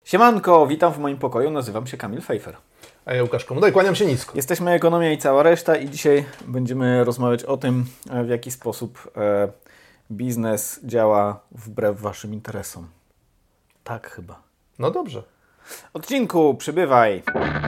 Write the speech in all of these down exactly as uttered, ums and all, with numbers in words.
Siemanko, witam w moim pokoju, nazywam się Kamil Fejfer. A ja Łukasz Komodaj, kłaniam się nisko. Jesteśmy Ekonomia i cała reszta i dzisiaj będziemy rozmawiać o tym, w jaki sposób e, biznes działa wbrew waszym interesom. Tak chyba. No dobrze. Odcinku, przybywaj!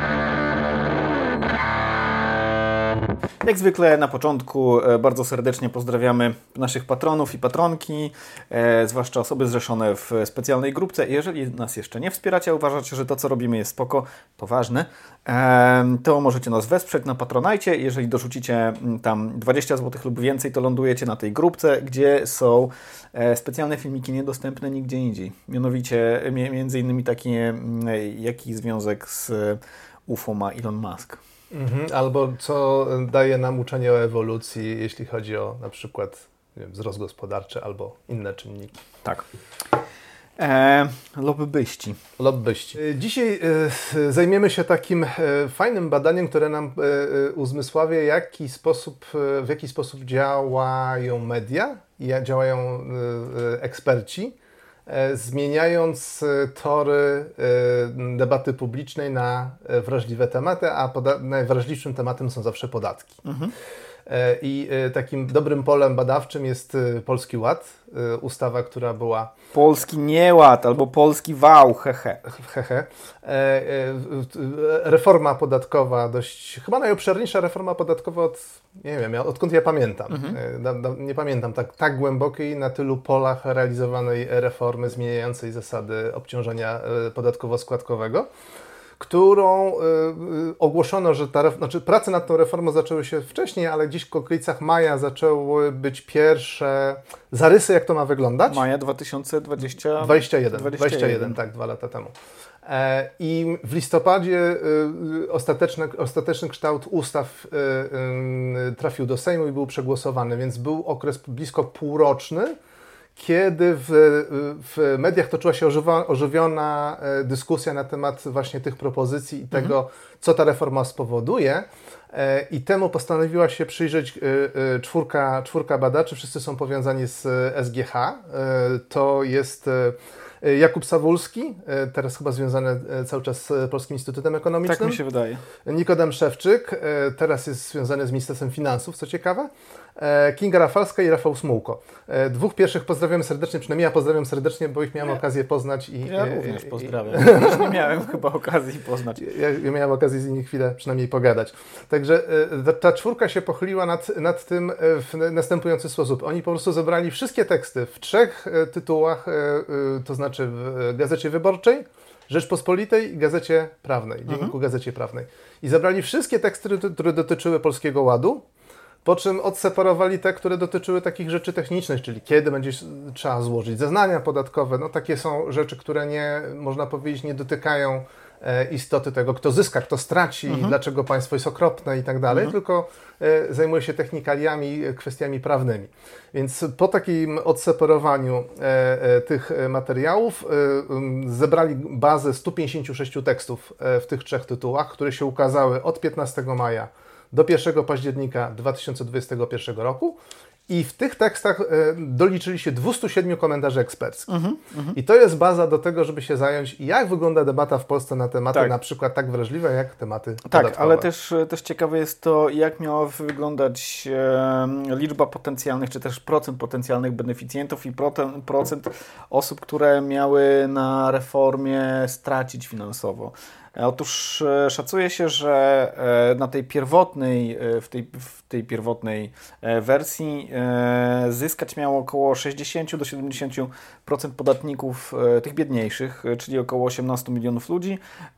Jak zwykle na początku bardzo serdecznie pozdrawiamy naszych patronów i patronki, e, zwłaszcza osoby zrzeszone w specjalnej grupce. Jeżeli nas jeszcze nie wspieracie, a uważacie, że to, co robimy, jest spoko, to ważne, e, to możecie nas wesprzeć na Patronajcie. Jeżeli dorzucicie tam dwadzieścia złotych lub więcej, to lądujecie na tej grupce, gdzie są e, specjalne filmiki niedostępne nigdzie indziej. Mianowicie m- między innymi takie, jaki związek z U F O ma Elon Musk. Mhm. Albo co daje nam uczenie o ewolucji, jeśli chodzi o na przykład nie wiem, wzrost gospodarczy albo inne czynniki. Tak. Eee, lobbyści. Lobbyści. Dzisiaj e, zajmiemy się takim e, fajnym badaniem, które nam e, uzmysławia, jaki sposób, e, w jaki sposób działają media i jak działają e, eksperci, e, zmieniając tory e, debaty publicznej na wrażliwe tematy, a poda- najwrażliwszym tematem są zawsze podatki. Mhm. I takim dobrym polem badawczym jest Polski Ład, ustawa, która była... Polski nieład albo polski wał, hehe. Hehe. Reforma podatkowa, dość, chyba najobszerniejsza reforma podatkowa od, nie wiem, odkąd ja pamiętam. Mhm. Nie pamiętam tak, tak głębokiej na tylu polach realizowanej reformy zmieniającej zasady obciążenia podatkowo-składkowego, którą y, y, ogłoszono, że ta, znaczy prace nad tą reformą zaczęły się wcześniej, ale gdzieś w okolicach maja zaczęły być pierwsze zarysy, jak to ma wyglądać. Maja dwa tysiące dwudziestego dwudziestego pierwszego, dwudziestego pierwszego, tak, dwa lata temu. E, I w listopadzie y, ostateczny, ostateczny kształt ustaw y, y, trafił do Sejmu i był przegłosowany, więc był okres blisko półroczny, kiedy w, w mediach toczyła się ożywa, ożywiona dyskusja na temat właśnie tych propozycji i tego, mhm. co ta reforma spowoduje. I temu postanowiła się przyjrzeć czwórka, czwórka badaczy. Wszyscy są powiązani z S G H. To jest Jakub Sawulski, teraz chyba związany cały czas z Polskim Instytutem Ekonomicznym. Tak mi się wydaje. Nikodem Szewczyk, teraz jest związany z Ministerstwem Finansów, co ciekawe. Kinga Rafalska i Rafał Smułko. Dwóch pierwszych pozdrawiam serdecznie, przynajmniej ja pozdrawiam serdecznie, bo ich miałem ja. okazję poznać. I, ja i, również i, pozdrawiam. I, nie miałem chyba okazji poznać. Ja, ja miałem okazję z nimi chwilę przynajmniej pogadać. Także ta, ta czwórka się pochyliła nad, nad tym w następujący sposób. Oni po prostu zebrali wszystkie teksty w trzech tytułach, to znaczy w Gazecie Wyborczej, Rzeczpospolitej i Gazecie Prawnej, Dzienniku mhm. Gazecie Prawnej. I zebrali wszystkie teksty, które dotyczyły Polskiego Ładu, po czym odseparowali te, które dotyczyły takich rzeczy technicznych, czyli kiedy będzie trzeba złożyć zeznania podatkowe. No takie są rzeczy, które nie, można powiedzieć, nie dotykają e, istoty tego, kto zyska, kto straci, mhm. dlaczego państwo jest okropne i tak dalej, mhm. tylko e, zajmuje się technikaliami, kwestiami prawnymi. Więc po takim odseparowaniu e, e, tych materiałów e, zebrali bazę stu pięćdziesięciu sześciu tekstów e, w tych trzech tytułach, które się ukazały od piętnastego maja do pierwszego października dwa tysiące dwudziestego pierwszego roku i w tych tekstach e, doliczyli się dwieście siedem komentarzy eksperckich. Mm-hmm, mm-hmm. I to jest baza do tego, żeby się zająć, jak wygląda debata w Polsce na tematy tak. na przykład tak wrażliwe, jak tematy Tak, podatkowe. ale też, też ciekawe jest to, jak miała wyglądać e, liczba potencjalnych, czy też procent potencjalnych beneficjentów i procent, procent osób, które miały na reformie stracić finansowo. Otóż szacuje się, że na tej pierwotnej, w tej, w tej pierwotnej wersji zyskać miało około sześćdziesiąt do siedemdziesięciu procent podatników tych biedniejszych, czyli około osiemnaście milionów ludzi,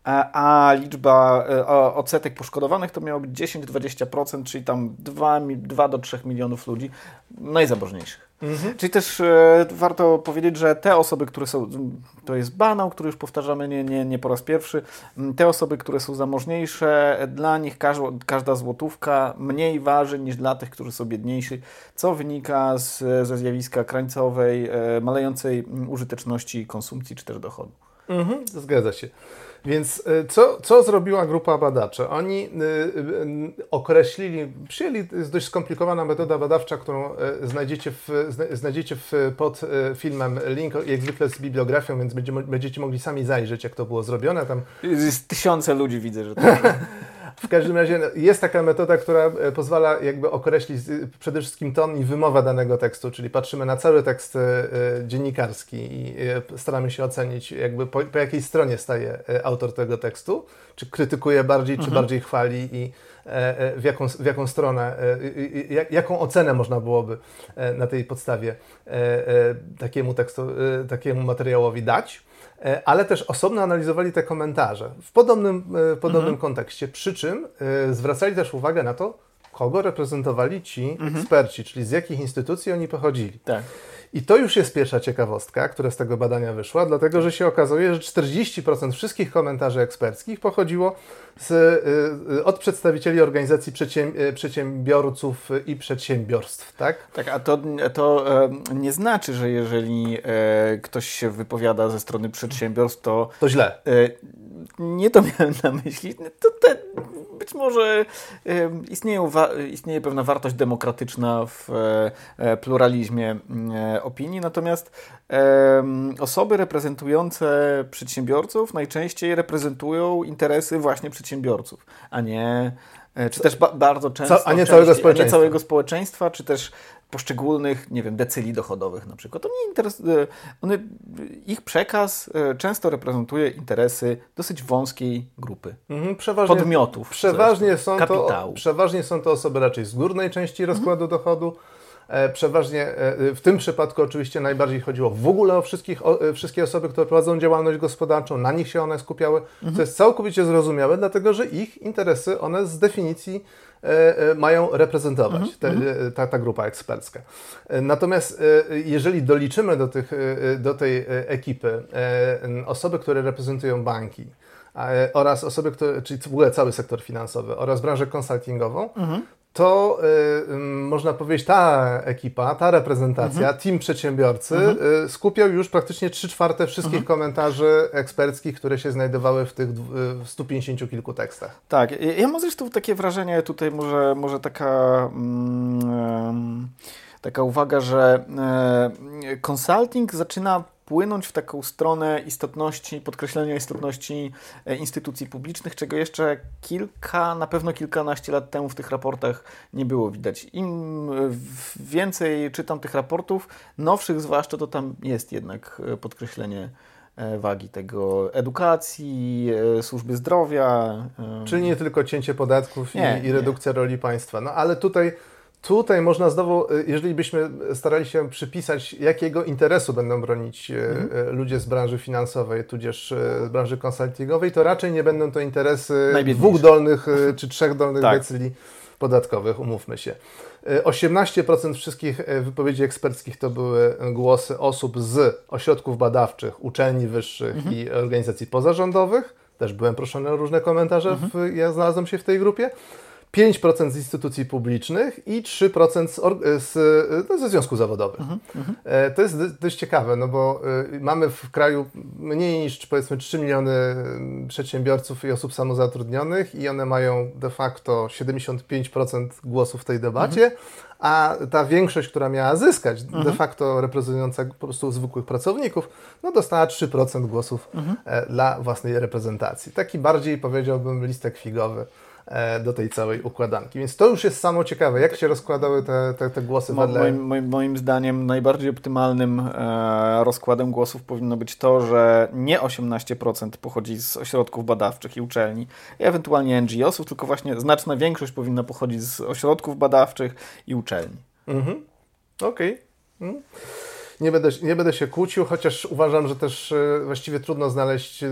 a liczba odsetek poszkodowanych to miało być dziesięć do dwudziestu procent, czyli tam dwa do trzech milionów ludzi najzamożniejszych. Mhm. Czyli też e, warto powiedzieć, że te osoby, które są, to jest banał, który już powtarzamy nie, nie, nie po raz pierwszy, te osoby, które są zamożniejsze, dla nich każda, każda złotówka mniej waży niż dla tych, którzy są biedniejsi, co wynika z, ze zjawiska krańcowej, e, malejącej użyteczności konsumpcji czy też dochodu. Mhm, zgadza się. Więc co, co zrobiła grupa badaczy? Oni y, y, określili, przyjęli, jest dość skomplikowana metoda badawcza, którą y, znajdziecie, w, znajdziecie w, pod y, filmem link, jak zwykle z bibliografią, więc będzie, będziecie mogli sami zajrzeć, jak to było zrobione. Tam jest tysiące ludzi, widzę, że to... W każdym razie jest taka metoda, która pozwala jakby określić przede wszystkim ton i wymowę danego tekstu, czyli patrzymy na cały tekst dziennikarski i staramy się ocenić jakby po, po jakiej stronie staje autor tego tekstu, czy krytykuje bardziej, mhm. czy bardziej chwali i w jaką, w jaką stronę, jaką ocenę można byłoby na tej podstawie takiemu tekstu, takiemu materiałowi dać. Ale też osobno analizowali te komentarze w podobnym, w podobnym mhm. kontekście, przy czym y, zwracali też uwagę na to, kogo reprezentowali ci mhm. eksperci, czyli z jakich instytucji oni pochodzili. Tak. I to już jest pierwsza ciekawostka, która z tego badania wyszła, dlatego że się okazuje, że czterdzieści procent wszystkich komentarzy eksperckich pochodziło z, y, od przedstawicieli organizacji przedsięb przedsiębiorców i przedsiębiorstw, tak? Tak, a to, to e, nie znaczy, że jeżeli e, ktoś się wypowiada ze strony przedsiębiorstw, to... To źle. E, nie to miałem na myśli. To te, być może e, istnieją wa istnieje pewna wartość demokratyczna w e, pluralizmie e, opinii, natomiast e, osoby reprezentujące przedsiębiorców najczęściej reprezentują interesy właśnie przedsiębiorców, a nie, e, czy też ba bardzo często, Co, a nie całego społeczeństwa. A nie całego społeczeństwa, czy też poszczególnych, nie wiem, decyli dochodowych na przykład. To nie interes, one, ich przekaz często reprezentuje interesy dosyć wąskiej grupy mhm, przeważnie, podmiotów. Przeważnie są, kapitału. To, przeważnie są to osoby raczej z górnej części rozkładu mhm. dochodu. Przeważnie w tym przypadku oczywiście najbardziej chodziło w ogóle o, wszystkich, o wszystkie osoby, które prowadzą działalność gospodarczą, na nich się one skupiały, mhm. co jest całkowicie zrozumiałe, dlatego że ich interesy one z definicji e, mają reprezentować, mhm. te, ta, ta grupa ekspercka. Natomiast e, jeżeli doliczymy do, tych, do tej ekipy e, osoby, które reprezentują banki, oraz osoby, które, czyli w ogóle cały sektor finansowy oraz branżę konsultingową, mhm. to y, y, można powiedzieć, ta ekipa, ta reprezentacja, mhm. team przedsiębiorcy mhm. y, skupiał już praktycznie trzy czwarte wszystkich mhm. komentarzy eksperckich, które się znajdowały w tych y, stu pięćdziesięciu kilku tekstach. Tak, ja mam zresztą takie wrażenie, tutaj może, może taka, mm, taka uwaga, że y, consulting zaczyna płynąć w taką stronę istotności, podkreślenia istotności instytucji publicznych, czego jeszcze kilka, na pewno kilkanaście lat temu w tych raportach nie było widać. Im więcej czytam tych raportów, nowszych zwłaszcza, to tam jest jednak podkreślenie wagi tego edukacji, służby zdrowia. Czyli nie tylko cięcie podatków nie, i, i redukcja nie. roli państwa. No ale tutaj Tutaj można znowu, jeżeli byśmy starali się przypisać, jakiego interesu będą bronić mhm. ludzie z branży finansowej, tudzież z branży konsultingowej, to raczej nie będą to interesy dwóch dolnych czy trzech dolnych tak. decyli podatkowych, umówmy się. osiemnaście procent wszystkich wypowiedzi eksperckich to były głosy osób z ośrodków badawczych, uczelni wyższych mhm. i organizacji pozarządowych. Też byłem proszony o różne komentarze, mhm. w, ja znalazłem się w tej grupie. pięć procent z instytucji publicznych i trzy procent z, z, no, ze związków zawodowych. Mm-hmm. e, to jest dość ciekawe, no bo y, mamy w kraju mniej niż powiedzmy trzy miliony przedsiębiorców i osób samozatrudnionych i one mają de facto siedemdziesiąt pięć procent głosów w tej debacie, mm-hmm. a ta większość, która miała zyskać, mm-hmm. de facto reprezentująca po prostu zwykłych pracowników, no dostała trzy procent głosów mm-hmm. e, dla własnej reprezentacji. Taki bardziej, powiedziałbym, listek figowy do tej całej układanki. Więc to już jest samo ciekawe, jak się rozkładały te, te, te głosy wedle... Moim, moim, moim zdaniem najbardziej optymalnym e, rozkładem głosów powinno być to, że nie osiemnaście procent pochodzi z ośrodków badawczych i uczelni, i ewentualnie N G O sów, tylko właśnie znaczna większość powinna pochodzić z ośrodków badawczych i uczelni. Mhm. Okej. Okay. Mhm. Nie będę, nie będę się kłócił, chociaż uważam, że też właściwie trudno znaleźć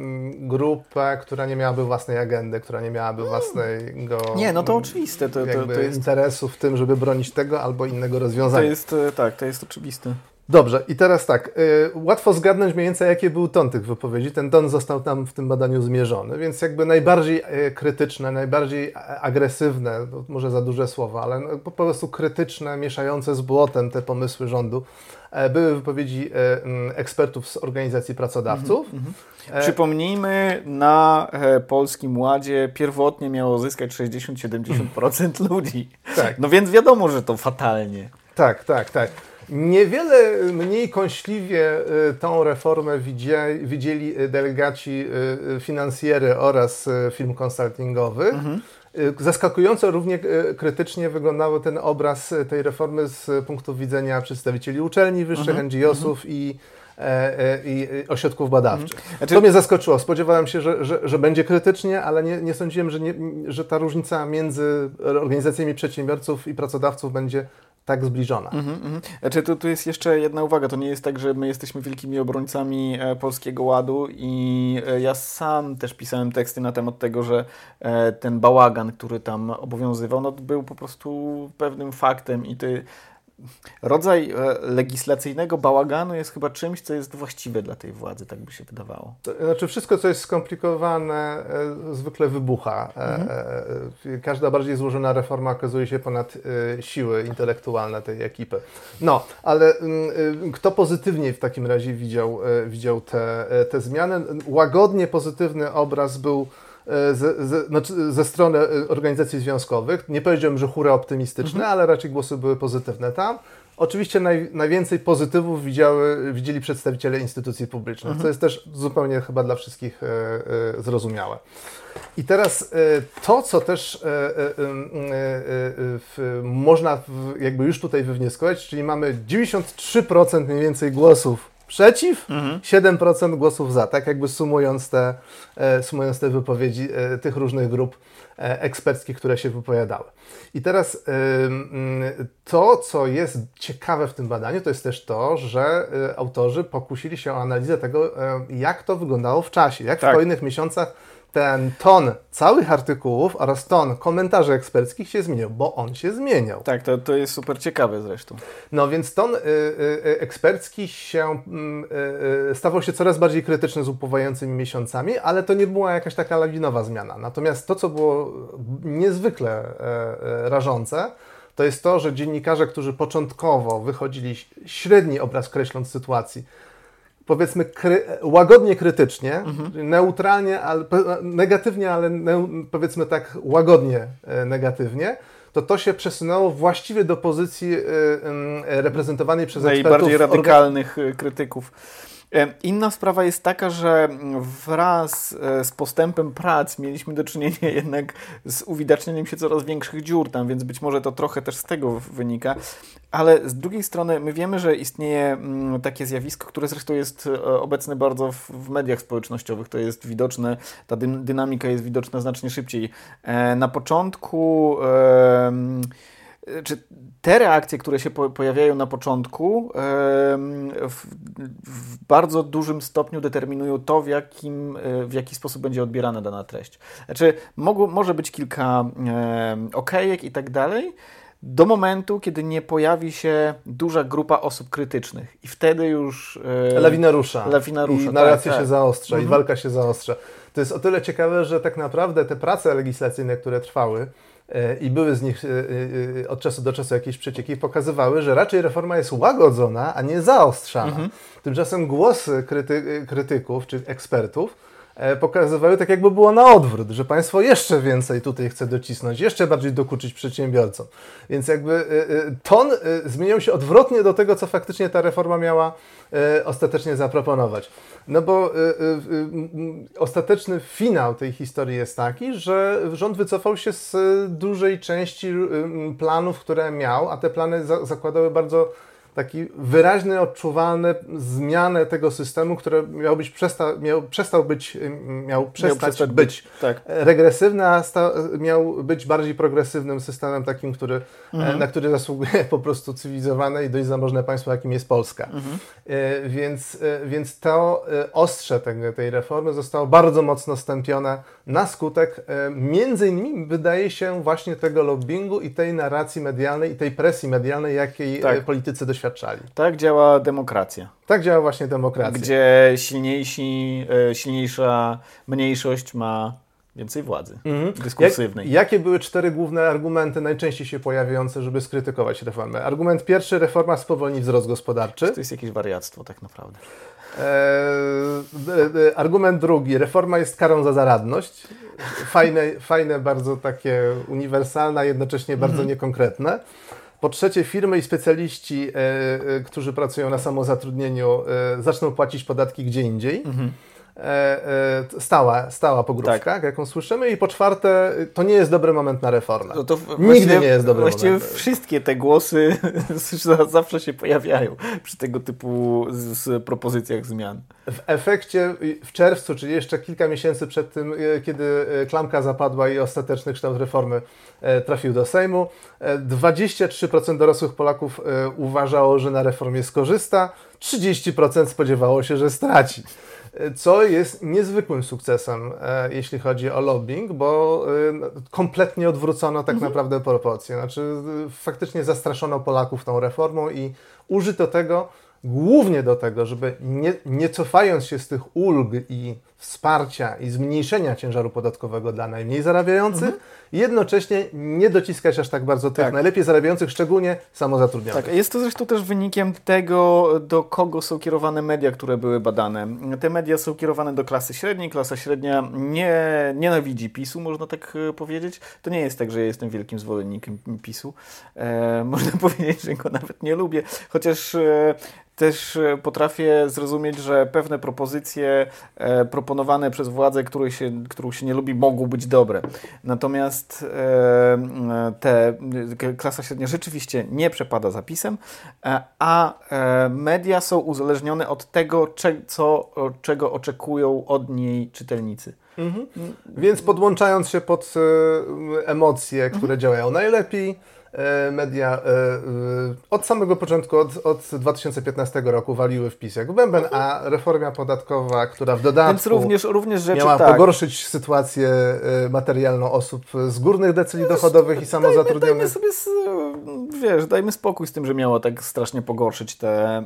grupę, która nie miałaby własnej agendy, która nie miałaby własnego nie, no to oczywiste. To, to, to jest interesu w tym, żeby bronić tego albo innego rozwiązania. To jest, tak, to jest oczywiste. Dobrze, i teraz tak, y, łatwo zgadnąć mniej więcej, jaki był ton tych wypowiedzi. Ten ton został tam w tym badaniu zmierzony, więc jakby najbardziej y, krytyczne, najbardziej agresywne, może za duże słowa, ale no, po prostu krytyczne, mieszające z błotem te pomysły rządu, były wypowiedzi ekspertów z organizacji pracodawców. Mm-hmm. Przypomnijmy, na Polskim Ładzie pierwotnie miało zyskać sześćdziesiąt do siedemdziesięciu procent ludzi. Tak. No więc wiadomo, że to fatalnie. Tak, tak, tak. Niewiele mniej kąśliwie tą reformę widzieli, widzieli delegaci finansjery oraz firm konsultingowych. Mhm. Zaskakująco równie krytycznie wyglądał ten obraz tej reformy z punktu widzenia przedstawicieli uczelni wyższych, mhm. N G O sów mhm. i, i ośrodków badawczych. Mhm. Znaczy... To mnie zaskoczyło. Spodziewałem się, że, że, że będzie krytycznie, ale nie, nie sądziłem, że, nie, że ta różnica między organizacjami przedsiębiorców i pracodawców będzie tak zbliżona. Mm-hmm, mm-hmm. Znaczy, tu, tu jest jeszcze jedna uwaga. To nie jest tak, że my jesteśmy wielkimi obrońcami e, Polskiego Ładu i e, ja sam też pisałem teksty na temat tego, że e, ten bałagan, który tam obowiązywał, no, był po prostu pewnym faktem i ty rodzaj legislacyjnego bałaganu jest chyba czymś, co jest właściwe dla tej władzy, tak by się wydawało. To znaczy wszystko, co jest skomplikowane, e, zwykle wybucha. Mhm. E, e, każda bardziej złożona reforma okazuje się ponad e, siły intelektualne tej ekipy. No, ale e, kto pozytywnie w takim razie widział, e, widział te, te zmiany? Łagodnie pozytywny obraz był Ze, ze, znaczy ze strony organizacji związkowych. Nie powiedziałbym, że hura optymistyczne, mhm. ale raczej głosy były pozytywne tam. Oczywiście naj, najwięcej pozytywów widziały, widzieli przedstawiciele instytucji publicznych, mhm. co jest też zupełnie chyba dla wszystkich e, e, zrozumiałe. I teraz e, to, co też e, e, e, e, można w, jakby już tutaj wywnioskować, czyli mamy dziewięćdziesiąt trzy procent mniej więcej głosów przeciw, mhm. siedem procent głosów za, tak jakby sumując te, e, sumując te wypowiedzi e, tych różnych grup e, eksperckich, które się wypowiadały. I teraz e, to, co jest ciekawe w tym badaniu, to jest też to, że e, autorzy pokusili się o analizę tego, e, jak to wyglądało w czasie, jak tak. w kolejnych miesiącach ten ton całych artykułów oraz ton komentarzy eksperckich się zmienił, bo on się zmieniał. Tak, to, to jest super ciekawe zresztą. No więc ton y, y, ekspercki się y, y, stawał się coraz bardziej krytyczny z upływającymi miesiącami, ale to nie była jakaś taka lawinowa zmiana. Natomiast to, co było niezwykle y, y, rażące, to jest to, że dziennikarze, którzy początkowo wychodzili średni obraz kreśląc sytuacji, powiedzmy kry, łagodnie krytycznie, mhm. neutralnie, ale, negatywnie, ale ne, powiedzmy tak łagodnie e, negatywnie, to to się przesunęło właściwie do pozycji e, e, reprezentowanej przez ekspertów. Najbardziej radykalnych organ... krytyków. Inna sprawa jest taka, że wraz z postępem prac mieliśmy do czynienia jednak z uwidacznieniem się coraz większych dziur tam, więc być może to trochę też z tego wynika. Ale z drugiej strony my wiemy, że istnieje takie zjawisko, które zresztą jest obecne bardzo w, w mediach społecznościowych. To jest widoczne, ta dy, dynamika jest widoczna znacznie szybciej. Na początku... E, czy te reakcje, które się po, pojawiają na początku, w, w bardzo dużym stopniu determinują to, w, jakim, w jaki sposób będzie odbierana dana treść. Znaczy, mogło, może być kilka okejek i tak dalej, do momentu, kiedy nie pojawi się duża grupa osób krytycznych. I wtedy już... E, lawina rusza. Lawina rusza. I narracja tak, się tak. zaostrza, mhm. i walka się zaostrza. To jest o tyle ciekawe, że tak naprawdę te prace legislacyjne, które trwały, i były z nich od czasu do czasu jakieś przecieki, pokazywały, że raczej reforma jest łagodzona, a nie zaostrzana. Mhm. Tymczasem głosy kryty- krytyków czy ekspertów pokazywały tak, jakby było na odwrót, że państwo jeszcze więcej tutaj chce docisnąć, jeszcze bardziej dokuczyć przedsiębiorcom. Więc jakby ton zmieniał się odwrotnie do tego, co faktycznie ta reforma miała ostatecznie zaproponować. No bo y, y, y, ostateczny finał tej historii jest taki, że rząd wycofał się z dużej części y, planów, które miał, a te plany za- zakładały bardzo taki wyraźny, odczuwalny zmianę tego systemu, który miał być przesta- miał, przestał być, miał przestać, miał przestać być tak. regresywny, a sta- miał być bardziej progresywnym systemem takim, który, mhm. na który zasługuje po prostu cywilizowane i dość zamożne państwo, jakim jest Polska. Mhm. E, więc, e, więc to e, ostrze tej, tej reformy zostało bardzo mocno stępione na skutek e, między innymi wydaje się właśnie tego lobbingu i tej narracji medialnej i tej presji medialnej, jakiej tak. e, politycy doświadczali. Tak działa demokracja. Tak działa właśnie demokracja. Gdzie silniejsi, silniejsza mniejszość ma Więcej władzy mhm. dyskursywnej. Jak, jakie były cztery główne argumenty najczęściej się pojawiające, żeby skrytykować reformę? Argument pierwszy, reforma spowolni wzrost gospodarczy. To jest jakieś wariactwo tak naprawdę. Eee, argument drugi, reforma jest karą za zaradność. Fajne, fajne bardzo takie uniwersalne, a jednocześnie bardzo mhm. niekonkretne. Po trzecie, firmy i specjaliści, e, e, którzy pracują na samozatrudnieniu, e, zaczną płacić podatki gdzie indziej. Mhm. E, e, stała, stała pogrówka, tak. jaką słyszymy. I po czwarte, to nie jest dobry moment na reformę. No to Nigdy nie jest dobry właściwie moment. Właściwie wszystkie te głosy zawsze się pojawiają przy tego typu z, z propozycjach zmian. W efekcie w czerwcu, czyli jeszcze kilka miesięcy przed tym, kiedy klamka zapadła i ostateczny kształt reformy trafił do Sejmu, dwadzieścia trzy procent dorosłych Polaków uważało, że na reformie skorzysta, trzydzieści procent spodziewało się, że straci. Co jest niezwykłym sukcesem, e, jeśli chodzi o lobbying, bo e, kompletnie odwrócono tak mhm. naprawdę proporcje. Znaczy, e, faktycznie zastraszono Polaków tą reformą i użyto tego głównie do tego, żeby nie, nie cofając się z tych ulg i wsparcia i zmniejszenia ciężaru podatkowego dla najmniej zarabiających, mhm. jednocześnie nie dociskać aż tak bardzo tych tak. najlepiej zarabiających, szczególnie samozatrudnionych. Tak, jest to zresztą też wynikiem tego, do kogo są kierowane media, które były badane. Te media są kierowane do klasy średniej. Klasa średnia nie nienawidzi PiSu, można tak powiedzieć. To nie jest tak, że ja jestem wielkim zwolennikiem PiSu. E, można powiedzieć, że go nawet nie lubię, chociaż e, też potrafię zrozumić, że pewne propozycje e, proponowane przez władzę, których się, których się nie lubi, mogą być dobre. Natomiast e, te, klasa średnia rzeczywiście nie przepada za PiS-em, e, a e, media są uzależnione od tego, cze, co, czego oczekują od niej czytelnicy. Mhm. Więc podłączając się pod e, emocje, które mhm. działają najlepiej, media od samego początku, od, od dwa tysiące piętnastego roku waliły w PiS jak bęben, a reforma podatkowa, która w dodatku Więc również, również rzeczy, miała tak. pogorszyć sytuację materialną osób z górnych decylii dochodowych i samozatrudnionych. Dajmy, dajmy sobie, z, wiesz, dajmy spokój z tym, że miało tak strasznie pogorszyć te e,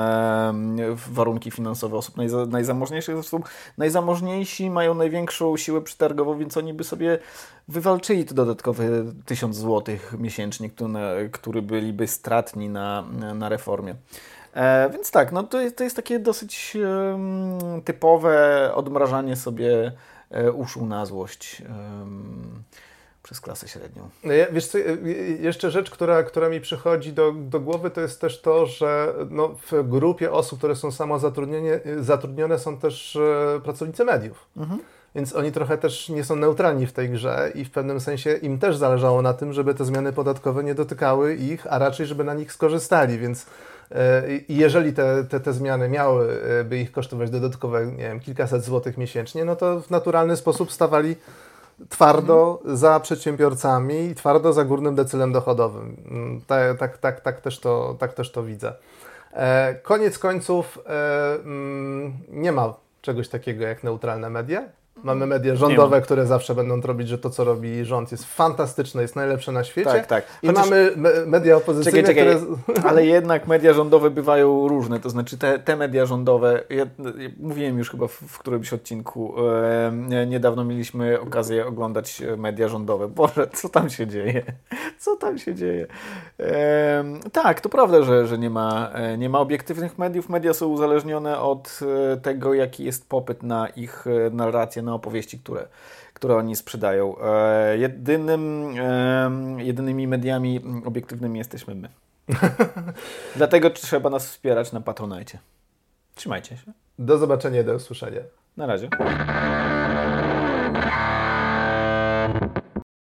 warunki finansowe osób najza, najzamożniejszych. Zresztą najzamożniejsi mają największą siłę przetargową, więc oni by sobie wywalczyli te dodatkowe tysiąc złotych miesięcznie, który, który byliby stratni na, na reformie. E, więc tak, no to, jest, to jest takie dosyć um, typowe odmrażanie sobie e, uszu na złość um, przez klasę średnią. Ja, wiesz co, jeszcze rzecz, która, która mi przychodzi do, do głowy, to jest też to, że no, w grupie osób, które są samozatrudnione, zatrudnione są też e, pracownicy mediów. Mhm. Więc oni trochę też nie są neutralni w tej grze i w pewnym sensie im też zależało na tym, żeby te zmiany podatkowe nie dotykały ich, a raczej, żeby na nich skorzystali. Więc e, jeżeli te, te, te zmiany miałyby ich kosztować dodatkowe, nie wiem, kilkaset złotych miesięcznie, no to w naturalny sposób stawali twardo mhm. za przedsiębiorcami i twardo za górnym decylem dochodowym. Tak, tak, tak, tak, też, to, tak też to widzę. E, koniec końców e, mm, nie ma czegoś takiego jak neutralne media. Mamy media rządowe, które zawsze będą robić, że to, co robi rząd, jest fantastyczne, jest najlepsze na świecie. Tak, tak. I Chociaż... mamy me- media opozycyjne, czekaj, czekaj. które... Ale jednak media rządowe bywają różne. To znaczy te, te media rządowe, ja, ja mówiłem już chyba w, w którymś odcinku, e, niedawno mieliśmy okazję oglądać media rządowe. Boże, co tam się dzieje? Co tam się dzieje? E, tak, to prawda, że, że nie ma, nie ma obiektywnych mediów. Media są uzależnione od tego, jaki jest popyt na ich narrację, na opowieści, które, które oni sprzedają. E, jedynym, e, jedynymi mediami obiektywnymi jesteśmy my. Dlatego trzeba nas wspierać na Patronite. Trzymajcie się. Do zobaczenia, do usłyszenia. Na razie.